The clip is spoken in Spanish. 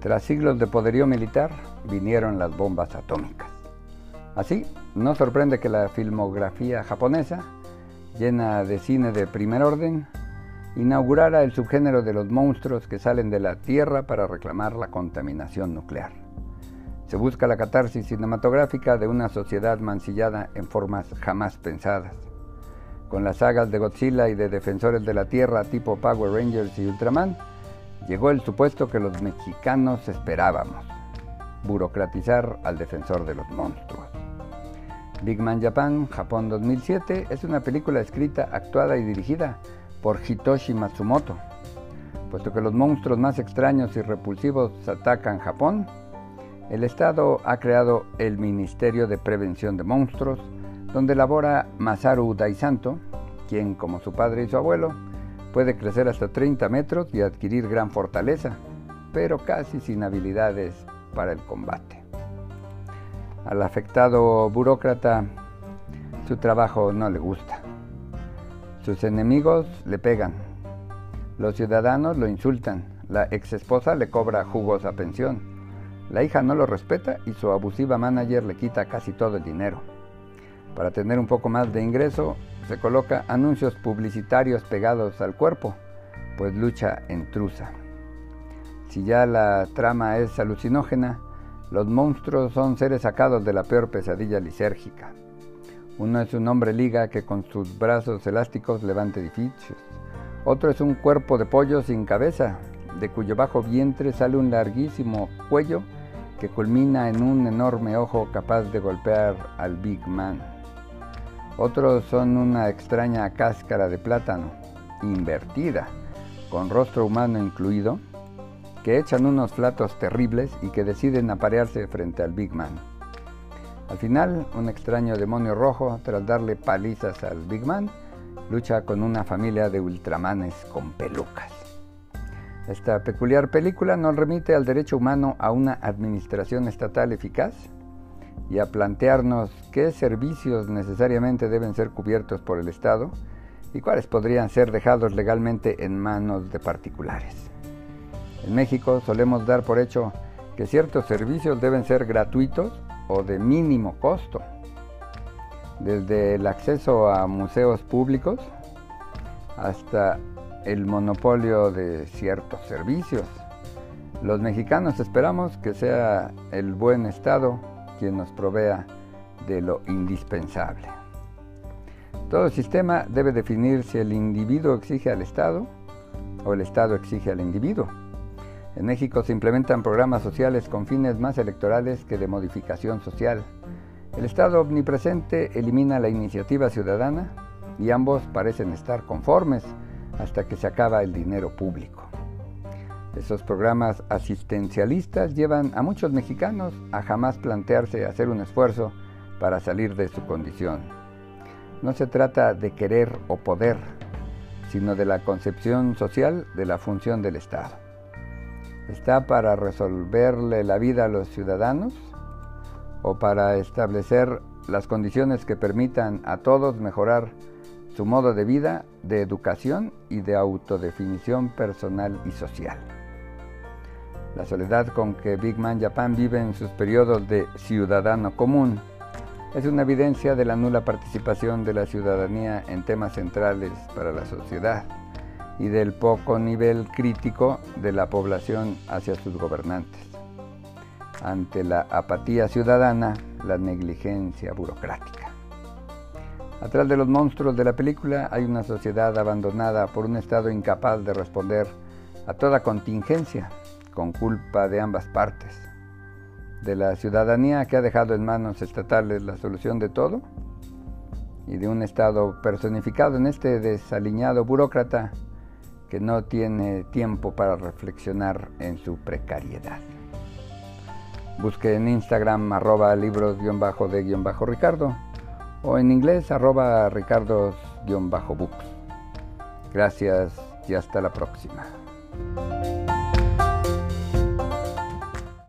Tras siglos de poderío militar, vinieron las bombas atómicas. Así, no sorprende que la filmografía japonesa, llena de cine de primer orden, inaugurara el subgénero de los monstruos que salen de la Tierra para reclamar la contaminación nuclear. Se busca la catarsis cinematográfica de una sociedad mancillada en formas jamás pensadas. Con las sagas de Godzilla y de Defensores de la Tierra tipo Power Rangers y Ultraman, llegó el supuesto que los mexicanos esperábamos: burocratizar al defensor de los monstruos. Big Man Japan, Japón 2007, es una película escrita, actuada y dirigida por Hitoshi Matsumoto. Puesto que los monstruos más extraños y repulsivos atacan Japón, el Estado ha creado el Ministerio de Prevención de Monstruos, donde labora Masaru Daisato, quien, como su padre y su abuelo, puede crecer hasta 30 metros y adquirir gran fortaleza, pero casi sin habilidades para el combate. Al afectado burócrata, su trabajo no le gusta. Sus enemigos le pegan. Los ciudadanos lo insultan. La exesposa le cobra jugosa pensión. La hija no lo respeta y su abusiva manager le quita casi todo el dinero. Para tener un poco más de ingreso, se coloca anuncios publicitarios pegados al cuerpo, pues lucha en truza. Si ya la trama es alucinógena, los monstruos son seres sacados de la peor pesadilla lisérgica. Uno es un hombre liga que con sus brazos elásticos levanta edificios. Otro es un cuerpo de pollo sin cabeza, de cuyo bajo vientre sale un larguísimo cuello que culmina en un enorme ojo capaz de golpear al Big Man. Otros son una extraña cáscara de plátano, invertida, con rostro humano incluido, que echan unos flatos terribles y que deciden aparearse frente al Big Man. Al final, un extraño demonio rojo, tras darle palizas al Big Man, lucha con una familia de ultramanes con pelucas. Esta peculiar película nos remite al derecho humano a una administración estatal eficaz y a plantearnos qué servicios necesariamente deben ser cubiertos por el Estado y cuáles podrían ser dejados legalmente en manos de particulares. En México solemos dar por hecho que ciertos servicios deben ser gratuitos o de mínimo costo, desde el acceso a museos públicos hasta el monopolio de ciertos servicios. Los mexicanos esperamos que sea el buen Estado quien nos provea de lo indispensable. Todo sistema debe definir si el individuo exige al Estado o el Estado exige al individuo. En México se implementan programas sociales con fines más electorales que de modificación social. El Estado omnipresente elimina la iniciativa ciudadana y ambos parecen estar conformes hasta que se acaba el dinero público. Esos programas asistencialistas llevan a muchos mexicanos a jamás plantearse hacer un esfuerzo para salir de su condición. No se trata de querer o poder, sino de la concepción social de la función del Estado. ¿Está para resolverle la vida a los ciudadanos o para establecer las condiciones que permitan a todos mejorar su modo de vida, de educación y de autodefinición personal y social? La soledad con que Big Man Japan vive en sus periodos de ciudadano común es una evidencia de la nula participación de la ciudadanía en temas centrales para la sociedad y del poco nivel crítico de la población hacia sus gobernantes. Ante la apatía ciudadana, la negligencia burocrática. Atrás de los monstruos de la película hay una sociedad abandonada por un Estado incapaz de responder a toda contingencia, con culpa de ambas partes. De la ciudadanía que ha dejado en manos estatales la solución de todo, y de un Estado personificado en este desaliñado burócrata que no tiene tiempo para reflexionar en su precariedad. Busque en Instagram @libros_de_Ricardo o en inglés @ricardos_books. Gracias y hasta la próxima.